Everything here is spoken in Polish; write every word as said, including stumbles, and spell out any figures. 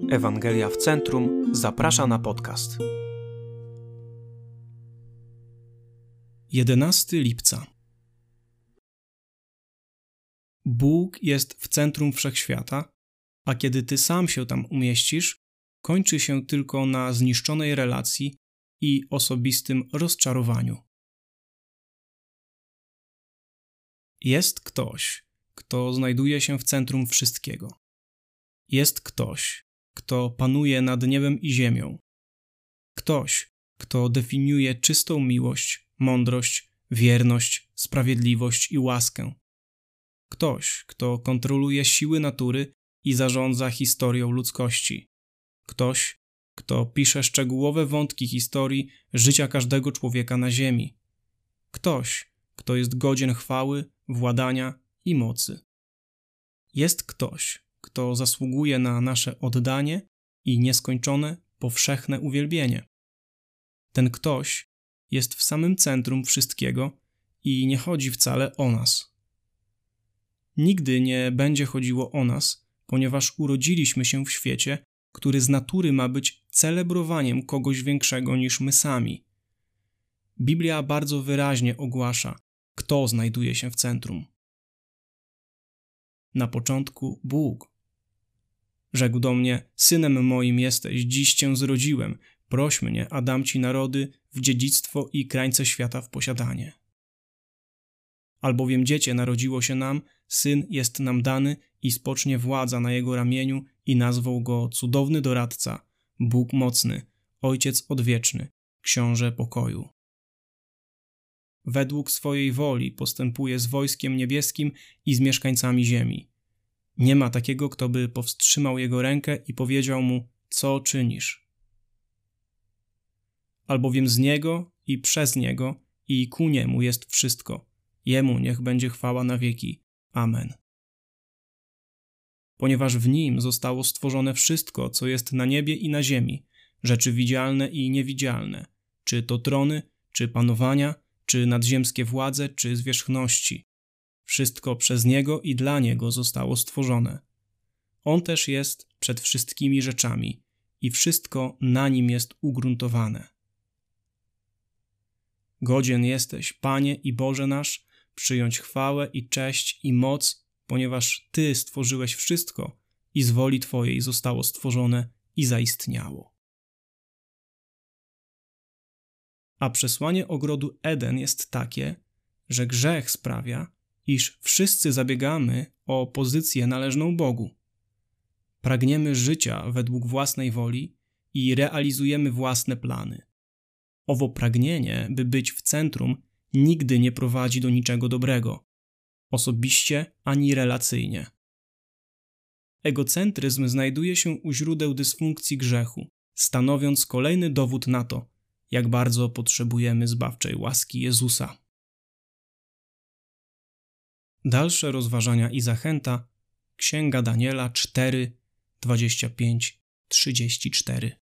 Ewangelia w Centrum zaprasza na podcast. jedenastego lipca. Bóg jest w centrum wszechświata, a kiedy ty sam się tam umieścisz, kończy się tylko na zniszczonej relacji i osobistym rozczarowaniu. Jest ktoś, kto znajduje się w centrum wszystkiego. Jest ktoś, kto panuje nad niebem i ziemią. Ktoś, kto definiuje czystą miłość, mądrość, wierność, sprawiedliwość i łaskę. Ktoś, kto kontroluje siły natury i zarządza historią ludzkości. Ktoś, kto pisze szczegółowe wątki historii życia każdego człowieka na ziemi. Ktoś, kto jest godzien chwały, władania i mocy. Jest ktoś, kto zasługuje na nasze oddanie i nieskończone, powszechne uwielbienie. Ten ktoś jest w samym centrum wszystkiego i nie chodzi wcale o nas. Nigdy nie będzie chodziło o nas, ponieważ urodziliśmy się w świecie, który z natury ma być celebrowaniem kogoś większego niż my sami. Biblia bardzo wyraźnie ogłasza, kto znajduje się w centrum. Na początku Bóg. Rzekł do mnie: synem moim jesteś, dziś cię zrodziłem, proś mnie, a dam ci narody w dziedzictwo i krańce świata w posiadanie. Albowiem dziecię narodziło się nam, syn jest nam dany i spocznie władza na jego ramieniu i nazwą go cudowny doradca, Bóg mocny, Ojciec odwieczny, Książę pokoju. Według swojej woli postępuje z wojskiem niebieskim i z mieszkańcami ziemi. Nie ma takiego, kto by powstrzymał jego rękę i powiedział mu: co czynisz? Albowiem z niego i przez niego i ku niemu jest wszystko. Jemu niech będzie chwała na wieki. Amen. Ponieważ w nim zostało stworzone wszystko, co jest na niebie i na ziemi, rzeczy widzialne i niewidzialne, czy to trony, czy panowania, czy nadziemskie władze, czy zwierzchności. Wszystko przez niego i dla niego zostało stworzone. On też jest przed wszystkimi rzeczami i wszystko na nim jest ugruntowane. Godzien jesteś, Panie i Boże nasz, przyjąć chwałę i cześć i moc, ponieważ Ty stworzyłeś wszystko i z woli Twojej zostało stworzone i zaistniało. A przesłanie ogrodu Eden jest takie, że grzech sprawia, iż wszyscy zabiegamy o pozycję należną Bogu. Pragniemy życia według własnej woli i realizujemy własne plany. Owo pragnienie, by być w centrum, nigdy nie prowadzi do niczego dobrego, osobiście ani relacyjnie. Egocentryzm znajduje się u źródeł dysfunkcji grzechu, stanowiąc kolejny dowód na to, jak bardzo potrzebujemy zbawczej łaski Jezusa. Dalsze rozważania i zachęta. Księga Daniela cztery, dwadzieścia pięć, trzydzieści cztery.